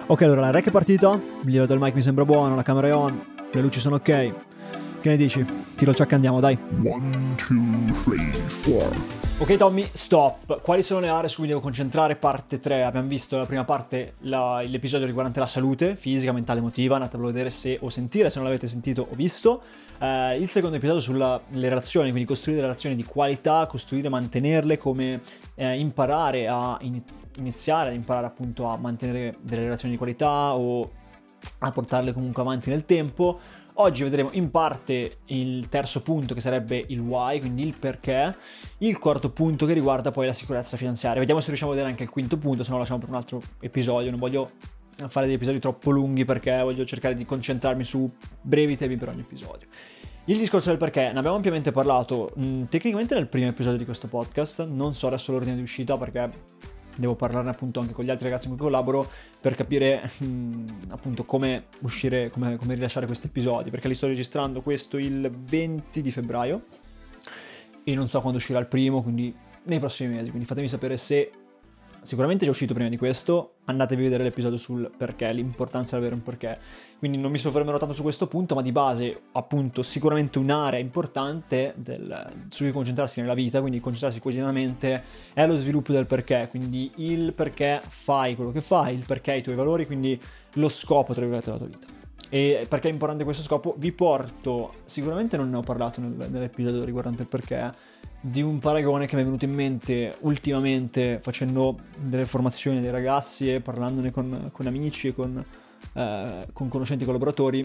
Ok, allora la rec è partita, il livello del mic mi sembra buono, la camera è on, le luci sono ok. Che ne dici? Tiro il check e andiamo, dai. 1, 2, 3, 4. Ok Tommy, stop. Quali sono le aree su cui devo concentrare? Parte 3. Abbiamo visto la prima parte, l'episodio riguardante la salute fisica, mentale, emotiva. Andatelo a vedere se o sentire, se non l'avete sentito o visto. Il secondo episodio sulle relazioni, quindi costruire relazioni di qualità, costruire e mantenerle, come imparare a iniziare ad imparare appunto a mantenere delle relazioni di qualità o a portarle comunque avanti nel tempo. Oggi vedremo in parte il terzo punto, che sarebbe il why, quindi il perché, il quarto punto che riguarda poi la sicurezza finanziaria. Vediamo se riusciamo a vedere anche il quinto punto, se no lo lasciamo per un altro episodio. Non voglio fare degli episodi troppo lunghi perché voglio cercare di concentrarmi su brevi temi per ogni episodio. Il discorso del perché ne abbiamo ampiamente parlato tecnicamente nel primo episodio di questo podcast. Non so adesso l'ordine di uscita perché devo parlarne appunto anche con gli altri ragazzi con cui collaboro per capire appunto come uscire, come rilasciare questi episodi, perché li sto registrando questo il 20 di febbraio e non so quando uscirà il primo, quindi nei prossimi mesi, quindi fatemi sapere se sicuramente è già uscito prima di questo. Andatevi a vedere l'episodio sul perché, l'importanza di avere un perché. Quindi non mi soffermerò tanto su questo punto, ma di base appunto sicuramente un'area importante su cui concentrarsi nella vita, quindi concentrarsi quotidianamente, è lo sviluppo del perché. Quindi il perché fai quello che fai, il perché hai i tuoi valori, quindi lo scopo tra virgolette della tua vita. E perché è importante questo scopo? Vi porto, sicuramente non ne ho parlato nell'episodio riguardante il perché, di un paragone che mi è venuto in mente ultimamente facendo delle formazioni dei ragazzi e parlandone con amici e con conoscenti collaboratori.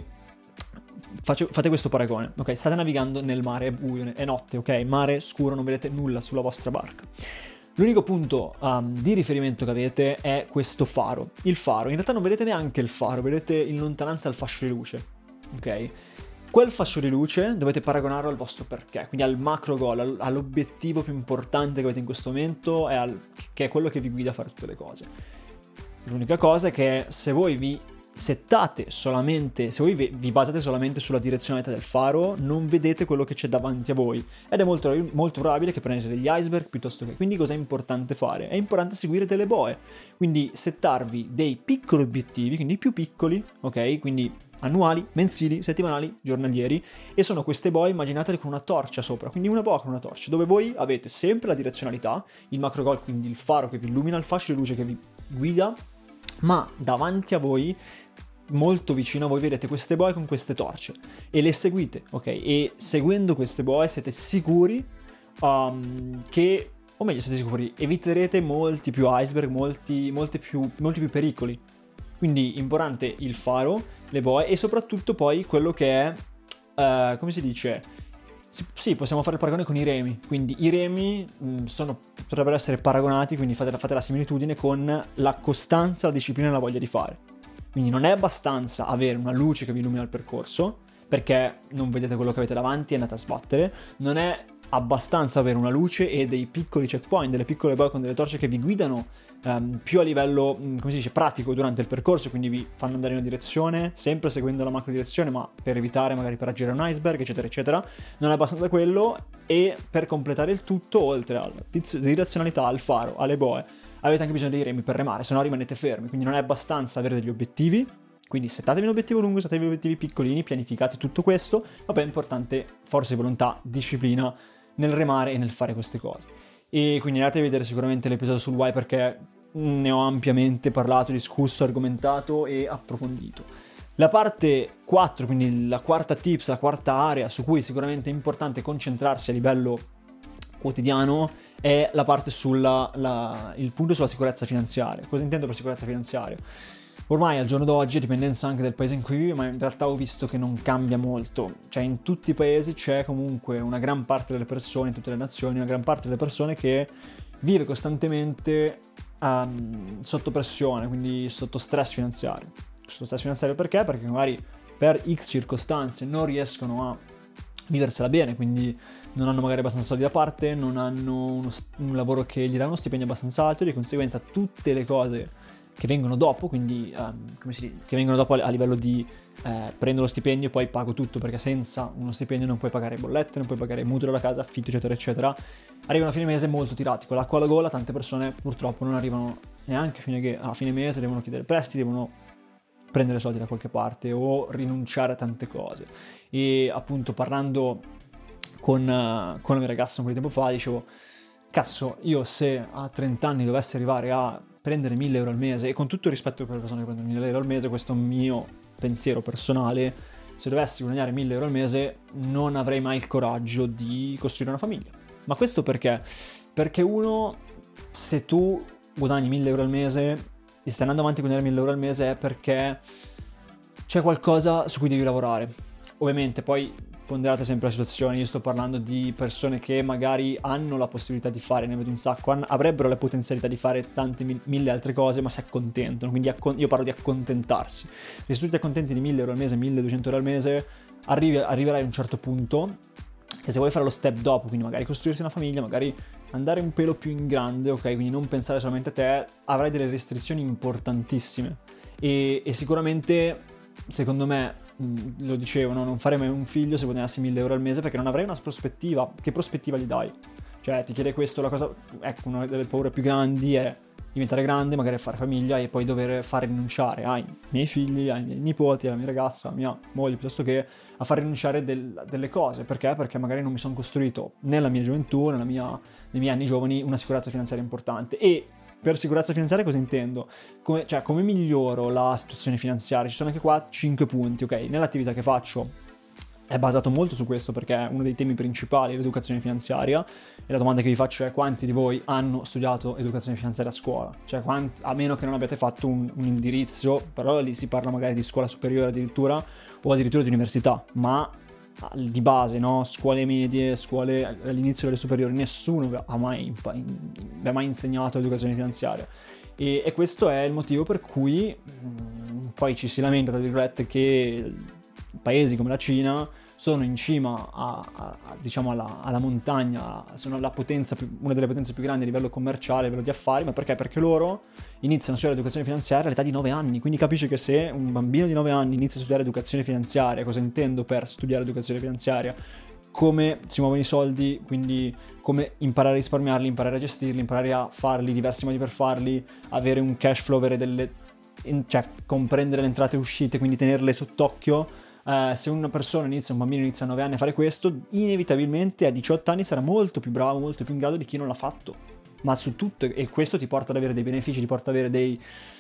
Fate questo paragone, ok? State navigando nel mare, è buio, è notte, ok? Mare scuro, non vedete nulla sulla vostra barca. L'unico punto di riferimento che avete è questo faro. Il faro, in realtà non vedete neanche il faro, vedete in lontananza il fascio di luce, ok? Quel fascio di luce dovete paragonarlo al vostro perché, quindi al macro goal, all'obiettivo più importante che avete in questo momento, che è quello che vi guida a fare tutte le cose. L'unica cosa è che se voi vi settate solamente, se voi vi basate solamente sulla direzionalità del faro, non vedete quello che c'è davanti a voi, ed è molto, molto probabile che prendete degli iceberg piuttosto che. Quindi cosa è importante fare? È importante seguire delle boe, quindi settarvi dei piccoli obiettivi, quindi più piccoli, ok? Quindi annuali, mensili, settimanali, giornalieri, e sono queste boe immaginatele con una torcia sopra, quindi una boa con una torcia, dove voi avete sempre la direzionalità, il macro goal, quindi il faro che vi illumina, il fascio di luce che vi guida, ma davanti a voi, molto vicino a voi, vedete queste boe con queste torce e le seguite, ok? E seguendo queste boe siete sicuri che, o meglio, siete sicuri, eviterete molti più iceberg, molti più pericoli. Quindi importante il faro, le boe e soprattutto poi quello che è, come si dice, sì, possiamo fare il paragone con i remi. Quindi i remi potrebbero essere paragonati, quindi fate la similitudine con la costanza, la disciplina e la voglia di fare. Quindi non è abbastanza avere una luce che vi illumina il percorso, perché non vedete quello che avete davanti e andate a sbattere. Non è abbastanza avere una luce e dei piccoli checkpoint, delle piccole boe con delle torce che vi guidano più a livello, come si dice, pratico durante il percorso, quindi vi fanno andare in una direzione, sempre seguendo la macro direzione, ma per evitare magari per aggirare un iceberg, eccetera, eccetera. Non è abbastanza quello, e per completare il tutto, oltre alla direzionalità, al faro, alle boe, avete anche bisogno dei remi per remare, se no rimanete fermi. Quindi non è abbastanza avere degli obiettivi, quindi settatevi un obiettivo lungo, settatevi obiettivi piccolini, pianificate tutto questo, ma poi è importante forza di volontà, disciplina nel remare e nel fare queste cose. E quindi andate a vedere sicuramente l'episodio sul why, perché ne ho ampiamente parlato, discusso, argomentato e approfondito. La parte 4, quindi la quarta tips, la quarta area su cui sicuramente è importante concentrarsi a livello quotidiano, è la parte il punto sulla sicurezza finanziaria. Cosa intendo per sicurezza finanziaria? Ormai al giorno d'oggi, a dipendenza anche del paese in cui vivi, ma in realtà ho visto che non cambia molto. Cioè in tutti i paesi c'è comunque una gran parte delle persone, in tutte le nazioni, una gran parte delle persone che vive costantemente sotto pressione, quindi sotto stress finanziario. Sotto stress finanziario perché? Perché magari per X circostanze non riescono a viversela bene, quindi non hanno magari abbastanza soldi da parte, non hanno un lavoro che gli dà uno stipendio abbastanza alto, e di conseguenza tutte le cose che vengono dopo, quindi che vengono dopo a livello di prendo lo stipendio e poi pago tutto, perché senza uno stipendio non puoi pagare bollette, non puoi pagare mutuo della casa, affitto, eccetera eccetera. Arrivano a fine mese molto tirati, con l'acqua alla gola. Tante persone purtroppo non arrivano neanche a fine mese, devono chiedere prestiti, devono prendere soldi da qualche parte o rinunciare a tante cose. E appunto, parlando con la mia ragazza un po' di tempo fa, dicevo, cazzo, io se a 30 anni dovessi arrivare a prendere 1.000 euro al mese, e con tutto il rispetto per le persone che prendono 1.000 euro al mese, questo è un mio pensiero personale, se dovessi guadagnare 1.000 euro al mese non avrei mai il coraggio di costruire una famiglia. Ma questo perché? Perché uno, se tu guadagni 1.000 euro al mese e stai andando avanti con 1.000 euro al mese, è perché c'è qualcosa su cui devi lavorare. Ovviamente poi ponderate sempre la situazione, io sto parlando di persone che magari hanno la possibilità di fare, ne vedo un sacco, avrebbero la potenzialità di fare tante mille altre cose, ma si accontentano, quindi io parlo di accontentarsi. Se tu ti accontenti di 1.000 euro al mese, 1.200 euro al mese, arriverai a un certo punto che se vuoi fare lo step dopo, quindi magari costruirti una famiglia, magari andare un pelo più in grande, ok, quindi non pensare solamente a te, avrai delle restrizioni importantissime e sicuramente, secondo me, lo dicevo, no? Non farei mai un figlio se guadagnassi 1.000 euro al mese, perché non avrei una prospettiva. Che prospettiva gli dai? Cioè, ti chiede questo, la cosa, ecco, una delle paure più grandi è diventare grande, magari fare famiglia e poi dover fare rinunciare ai miei figli, ai miei nipoti, alla mia ragazza, alla mia moglie, piuttosto che a far rinunciare delle cose. Perché? Perché magari non mi sono costruito nella mia gioventù, nei miei anni giovani, una sicurezza finanziaria importante. E per sicurezza finanziaria cosa intendo? Come miglioro la situazione finanziaria? Ci sono anche qua 5 punti, ok? Nell'attività che faccio è basato molto su questo, perché è uno dei temi principali è l'educazione finanziaria, e la domanda che vi faccio è: quanti di voi hanno studiato educazione finanziaria a scuola? Cioè, a meno che non abbiate fatto un indirizzo, però lì si parla magari di scuola superiore addirittura, o addirittura di università, ma di base, no? Scuole medie, scuole all'inizio delle superiori, nessuno ha mai insegnato educazione finanziaria, e questo è il motivo per cui poi ci si lamenta, tra virgolette, che paesi come la Cina sono in cima diciamo alla montagna, sono una delle potenze più grandi a livello commerciale, a livello di affari. Ma perché? Perché loro iniziano a studiare educazione finanziaria all'età di 9 anni, quindi capisci che se un bambino di 9 anni inizia a studiare educazione finanziaria, cosa intendo per studiare educazione finanziaria? Come si muovono i soldi, quindi come imparare a risparmiarli, imparare a gestirli, imparare a farli, diversi modi per farli, avere un cash flow, avere cioè comprendere le entrate e uscite, quindi tenerle sott'occhio. Se un bambino inizia a 9 anni a fare questo, inevitabilmente a 18 anni sarà molto più bravo, molto più in grado di chi non l'ha fatto, ma su tutto. E questo ti porta ad avere dei benefici, ti porta ad avere dei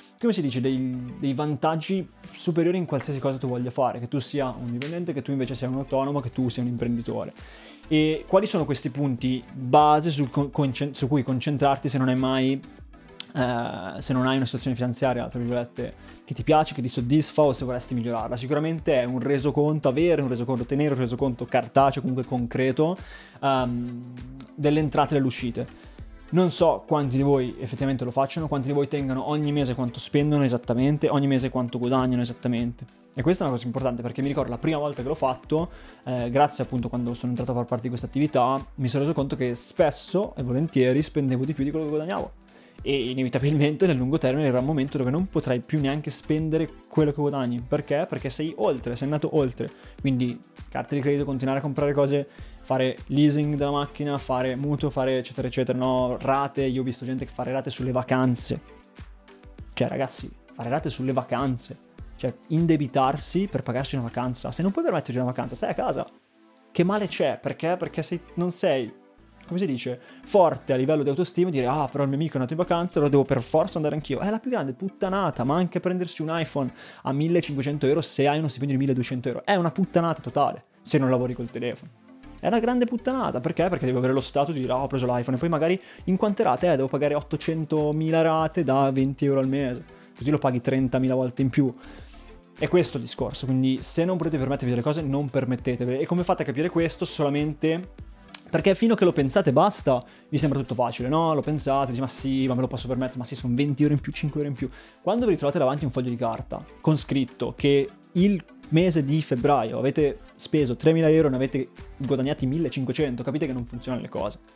vantaggi superiori in qualsiasi cosa tu voglia fare, che tu sia un dipendente, che tu invece sia un autonomo, che tu sia un imprenditore. E quali sono questi punti base su cui concentrarti se non hai una situazione finanziaria, tra virgolette, che ti piace, che ti soddisfa, o se vorresti migliorarla? Sicuramente è un resoconto, tenere un resoconto cartaceo, comunque concreto, delle entrate e delle uscite. Non so quanti di voi effettivamente lo facciano, quanti di voi tengano ogni mese quanto spendono esattamente, ogni mese quanto guadagnano esattamente. E questa è una cosa importante, perché mi ricordo la prima volta che l'ho fatto, grazie appunto quando sono entrato a far parte di questa attività, mi sono reso conto che spesso e volentieri spendevo di più di quello che guadagnavo. E inevitabilmente nel lungo termine arriverà un momento dove non potrai più neanche spendere quello che guadagni. Perché? Perché sei andato oltre. Quindi carte di credito, continuare a comprare cose, fare leasing della macchina, fare mutuo, fare eccetera eccetera, no, rate. Io ho visto gente che fa rate sulle vacanze. Cioè ragazzi, fare rate sulle vacanze, cioè indebitarsi per pagarsi una vacanza. Se non puoi permetterti una vacanza, stai a casa. Che male c'è? Perché? Perché non sei, come si dice, forte a livello di autostima, dire però il mio amico è andato in vacanza, allora devo per forza andare anch'io. È la più grande puttanata. Ma anche prendersi un iPhone a 1.500 euro se hai uno stipendio di 1.200 euro è una puttanata totale, se non lavori col telefono. È una grande puttanata. Perché? Perché devo avere lo stato di dire ho preso l'iPhone, e poi magari in quante rate? Devo pagare 800.000 rate da 20 euro al mese, così lo paghi 30.000 volte in più. È questo il discorso. Quindi se non potete permettervi delle cose, non permettetevele. E come fate a capire questo? Solamente perché fino a che lo pensate basta, vi sembra tutto facile, no? Lo pensate, dici ma sì, ma me lo posso permettere, ma sì, sono 20 euro in più, 5 euro in più. Quando vi ritrovate davanti un foglio di carta con scritto che il mese di febbraio avete speso 3.000 euro e ne avete guadagnati 1.500, capite che non funzionano le cose.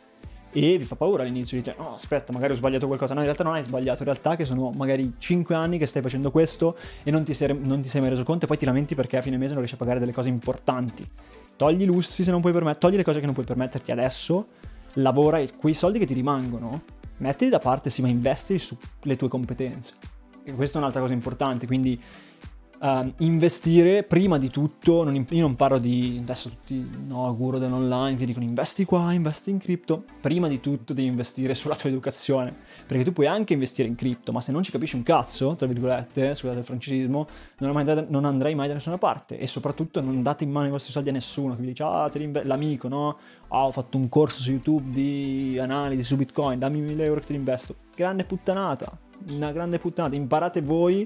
e vi fa paura all'inizio, dite no aspetta magari ho sbagliato qualcosa, no in realtà non hai sbagliato, in realtà che sono magari 5 anni che stai facendo questo e non ti sei mai reso conto e poi ti lamenti perché a fine mese non riesci a pagare delle cose importanti. Togli i lussi se non puoi permettere, togli le cose che non puoi permetterti adesso, lavora e quei soldi che ti rimangono mettili da parte, sì, ma investi sulle tue competenze, e questa è un'altra cosa importante. Quindi investire prima di tutto, io non parlo di adesso tutti guru dell'online che dicono investi qua, investi in cripto. Prima di tutto devi investire sulla tua educazione, perché tu puoi anche investire in cripto, ma se non ci capisci un cazzo, tra virgolette, scusate il francesismo, non andrai mai da nessuna parte. E soprattutto non date in mano i vostri soldi a nessuno che vi dice l'amico, no? Ho fatto un corso su YouTube di analisi su Bitcoin, dammi 1.000 euro che te li investo. Grande puttanata, una grande puttanata. Imparate voi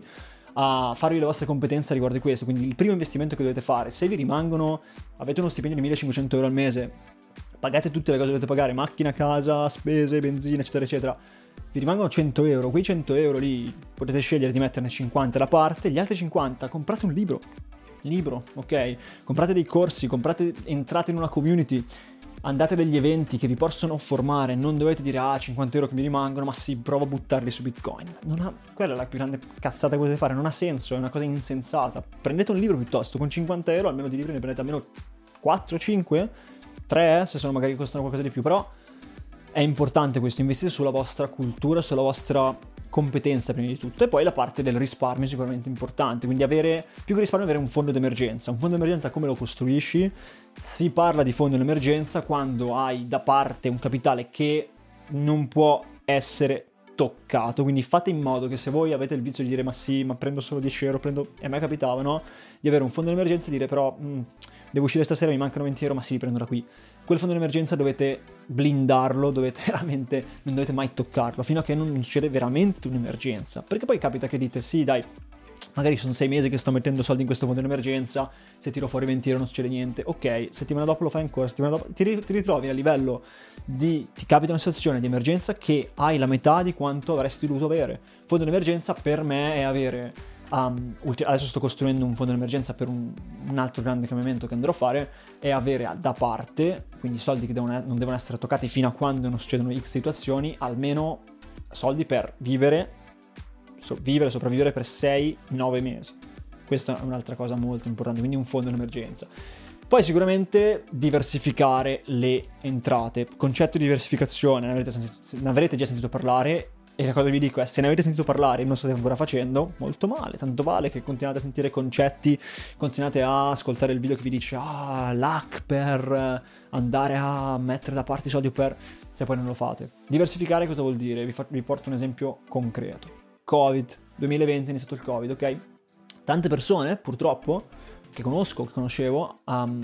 a farvi le vostre competenze riguardo di questo. Quindi il primo investimento che dovete fare, se vi rimangono, avete uno stipendio di 1.500 euro al mese, pagate tutte le cose che dovete pagare, macchina, casa, spese, benzina, eccetera eccetera, vi rimangono 100 euro, quei 100 euro lì potete scegliere di metterne 50 da parte, gli altri 50 comprate un libro, ok? Comprate dei corsi, entrate in una community, andate a degli eventi che vi possono formare, non dovete dire 50 euro che mi rimangono, ma sì, provo a buttarli su Bitcoin. Quella è la più grande cazzata che potete fare, non ha senso, è una cosa insensata. Prendete un libro piuttosto, con 50 euro almeno di libri ne prendete almeno 4, 5, 3 se sono magari costano qualcosa di più, però è importante questo, investire sulla vostra cultura, sulla vostra competenza prima di tutto, e poi la parte del risparmio è sicuramente importante. Quindi più che risparmio, avere un fondo d'emergenza. Un fondo d'emergenza come lo costruisci? Si parla di fondo d'emergenza quando hai da parte un capitale che non può essere toccato, quindi fate in modo che se voi avete il vizio di dire ma sì, ma prendo solo 10 euro, e a me capitava, no? Di avere un fondo d'emergenza e dire però devo uscire stasera, mi mancano 20 euro, ma sì, li prendo da qui. Quel fondo d'emergenza dovete blindarlo, non dovete mai toccarlo, fino a che non succede veramente un'emergenza. Perché poi capita che dite, sì dai, magari sono 6 mesi che sto mettendo soldi in questo fondo d'emergenza, se tiro fuori 20 euro non succede niente, ok, settimana dopo lo fai ancora, settimana dopo ti ritrovi a livello ti capita una situazione di emergenza che hai la metà di quanto avresti dovuto avere. Fondo d'emergenza per me è avere... adesso sto costruendo un fondo d'emergenza per un altro grande cambiamento che andrò a fare, è avere da parte, quindi soldi che non devono essere toccati fino a quando non succedono X situazioni, almeno soldi per sopravvivere per 6-9 mesi. Questa è un'altra cosa molto importante, quindi un fondo d'emergenza. Poi sicuramente diversificare le entrate. Concetto di diversificazione, ne avrete già sentito parlare. E la cosa che vi dico è, se ne avete sentito parlare e non state ancora facendo, molto male, tanto vale che continuate a sentire concetti, continuate a ascoltare il video che vi dice l'hack per andare a mettere da parte i soldi se poi non lo fate. Diversificare cosa vuol dire? Vi porto un esempio concreto. Covid, 2020 è iniziato il Covid, ok? Tante persone, purtroppo, che conoscevo,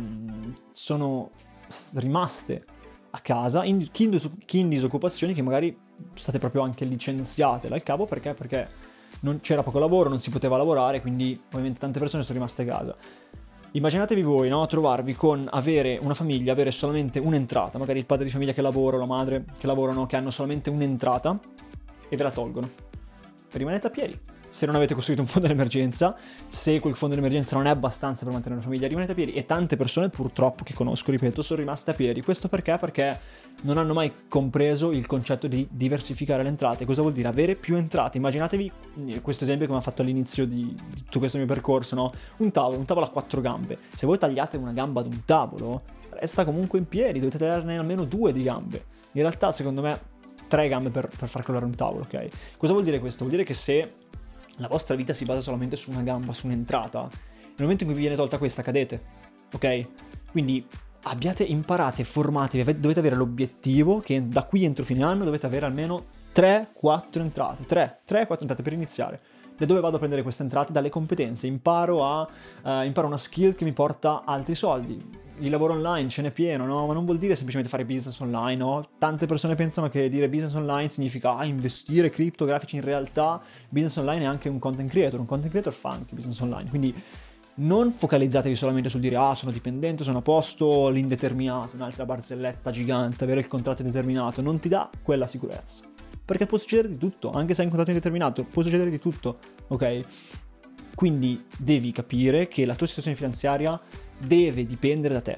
sono rimaste a casa, chi in disoccupazioni, che magari state proprio anche licenziate dal capo perché non c'era poco lavoro, non si poteva lavorare, quindi ovviamente tante persone sono rimaste a casa. Immaginatevi voi, no? Trovarvi con avere una famiglia, avere solamente un'entrata, magari il padre di famiglia che lavora, la madre che lavorano, che hanno solamente un'entrata e ve la tolgono. Rimanete a piedi. Se non avete costruito un fondo d'emergenza, se quel fondo d'emergenza non è abbastanza per mantenere una famiglia, rimanete a piedi. E tante persone, purtroppo, che conosco, ripeto, sono rimaste a piedi. Questo perché? Perché non hanno mai compreso il concetto di diversificare le entrate. Cosa vuol dire? Avere più entrate. Immaginatevi questo esempio che mi ha fatto all'inizio di tutto questo mio percorso, no? Un tavolo a 4 gambe. Se voi tagliate una gamba ad un tavolo, resta comunque in piedi, dovete tagliarne almeno 2 di gambe. In realtà, secondo me, 3 gambe per far crollare un tavolo, ok? Cosa vuol dire questo? Vuol dire che se la vostra vita si basa solamente su una gamba, su un'entrata, nel momento in cui vi viene tolta questa cadete, ok? Quindi imparate, formatevi, dovete avere l'obiettivo che da qui entro fine anno dovete avere almeno 3-4 entrate, 3-4 entrate per iniziare. Da dove vado a prendere queste entrate? Dalle competenze, imparo una skill che mi porta altri soldi. Il lavoro online ce n'è pieno, no? Ma non vuol dire semplicemente fare business online, no? Tante persone pensano che dire business online significa investire criptografici. In realtà business online è anche un content creator fa anche business online, quindi non focalizzatevi solamente sul dire sono dipendente, sono a posto, l'indeterminato, un'altra barzelletta gigante, avere il contratto indeterminato non ti dà quella sicurezza, perché può succedere di tutto, anche se hai un contratto indeterminato può succedere di tutto, ok? Quindi devi capire che la tua situazione finanziaria deve dipendere da te,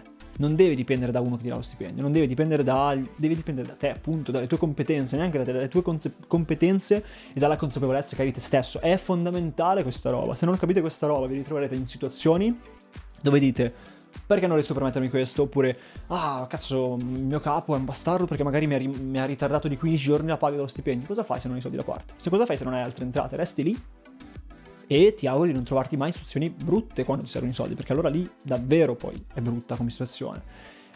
non deve dipendere da uno che ti dà lo stipendio, non deve dipendere deve dipendere da te, appunto, dalle tue competenze, neanche da te, dalle tue competenze e dalla consapevolezza che hai di te stesso. È fondamentale questa roba. Se non capite questa roba, vi ritroverete in situazioni dove dite: perché non riesco a permettermi questo? Oppure, cazzo, il mio capo è un bastardo perché magari mi ha ritardato di 15 giorni la paga dello stipendio. Cosa fai se non hai soldi da parte? Se cosa fai se non hai altre entrate? Resti lì e ti auguri di non trovarti mai situazioni brutte quando ti servono i soldi, perché allora lì davvero poi è brutta come situazione.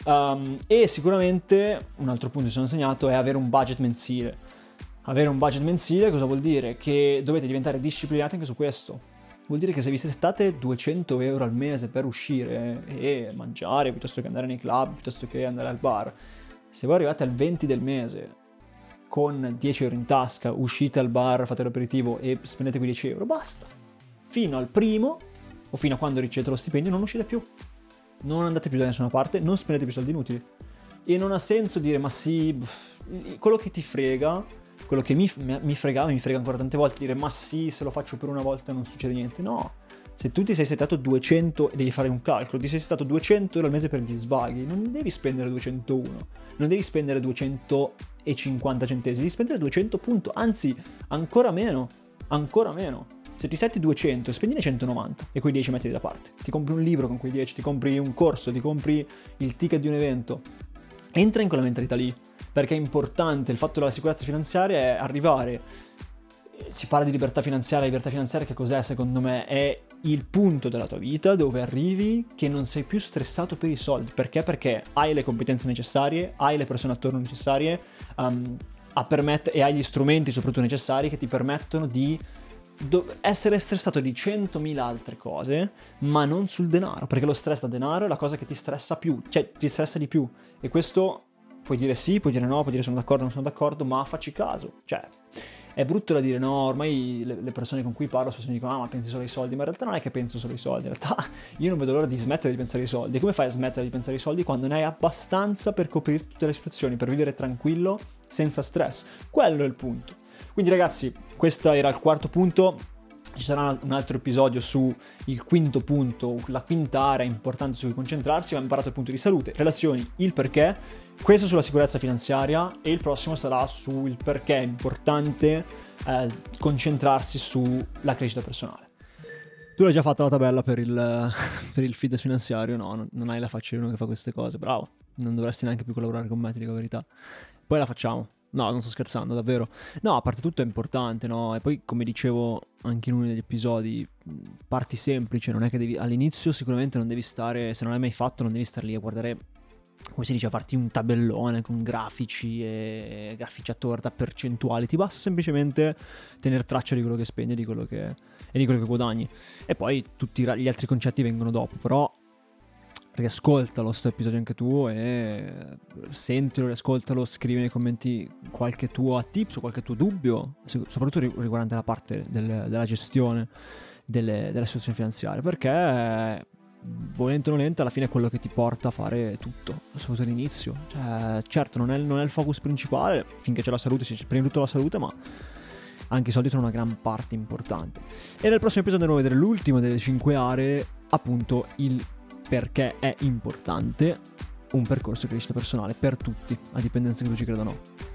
E sicuramente un altro punto che sono segnato è avere un budget mensile. Avere un budget mensile cosa vuol dire? Che dovete diventare disciplinati anche su questo. Vuol dire che se vi settate 200 euro al mese per uscire e mangiare, piuttosto che andare nei club, piuttosto che andare al bar, se voi arrivate al 20 del mese con 10 euro in tasca, uscite al bar, fate l'aperitivo e spendete quei 10 euro, basta. Fino al primo, o fino a quando ricevete lo stipendio, non uscite più. Non andate più da nessuna parte, non spendete più soldi inutili. E non ha senso dire, ma sì, quello che ti frega, quello che mi frega ancora tante volte, dire, ma sì, se lo faccio per una volta non succede niente. No, se tu ti sei settato 200 e devi fare un calcolo, ti sei settato 200 euro al mese per gli svaghi, non devi spendere 201, non devi spendere 250 centesimi, devi spendere 200 punto, anzi, ancora meno. Se ti setti 200, spendine 190 e quei 10 metti da parte. Ti compri un libro con quei 10, ti compri un corso, ti compri il ticket di un evento. Entra in quella mentalità lì, perché è importante. Il fatto della sicurezza finanziaria è arrivare. Si parla di libertà finanziaria che cos'è secondo me? È il punto della tua vita dove arrivi che non sei più stressato per i soldi. Perché? Perché hai le competenze necessarie, hai le persone attorno necessarie e hai gli strumenti soprattutto necessari che ti permettono di essere stressato di 100.000 altre cose, ma non sul denaro, perché lo stress da denaro è la cosa che ti stressa più, cioè ti stressa di più. E questo puoi dire sì, puoi dire no, puoi dire sono d'accordo, non sono d'accordo, ma facci caso. Cioè, è brutto da dire, no, ormai le persone con cui parlo spesso mi dicono, ma pensi solo ai soldi, ma in realtà non è che penso solo ai soldi, in realtà io non vedo l'ora di smettere di pensare ai soldi. Come fai a smettere di pensare ai soldi quando ne hai abbastanza per coprire tutte le situazioni, per vivere tranquillo, senza stress? Quello è il punto. Quindi ragazzi, questo era il quarto punto. Ci sarà un altro episodio su il quinto punto, la quinta area importante su cui concentrarsi. Abbiamo imparato il punto di salute, relazioni, il perché, questo sulla sicurezza finanziaria, e il prossimo sarà sul perché è importante concentrarsi sulla crescita personale. Tu l'hai già fatta la tabella per il fitness finanziario? No, non hai la faccia di uno che fa queste cose, bravo, non dovresti neanche più collaborare con me, ti dico la verità. Poi la facciamo. No, non sto scherzando, davvero. No, a parte tutto è importante, no? E poi, come dicevo anche in uno degli episodi, parti semplice, non è che devi... All'inizio sicuramente non devi stare, se non l'hai mai fatto, non devi stare lì a guardare, come si dice, a farti un tabellone con grafici e grafici a torta, percentuali. Ti basta semplicemente tenere traccia di quello che spendi e di quello che guadagni. E poi tutti gli altri concetti vengono dopo, però... riascoltalo sto episodio anche tu e sentilo, riascoltalo, scrivi nei commenti qualche tuo tips o qualche tuo dubbio, soprattutto riguardante la parte della gestione della situazione finanziaria, perché volente o nolente alla fine è quello che ti porta a fare tutto, soprattutto all'inizio. Cioè, certo non è il focus principale, finché c'è la salute, c'è prima di tutto la salute, ma anche i soldi sono una gran parte importante. E nel prossimo episodio andremo a vedere l'ultimo delle 5 aree, appunto il perché è importante un percorso di crescita personale per tutti, a dipendenza che tu ci creda o no.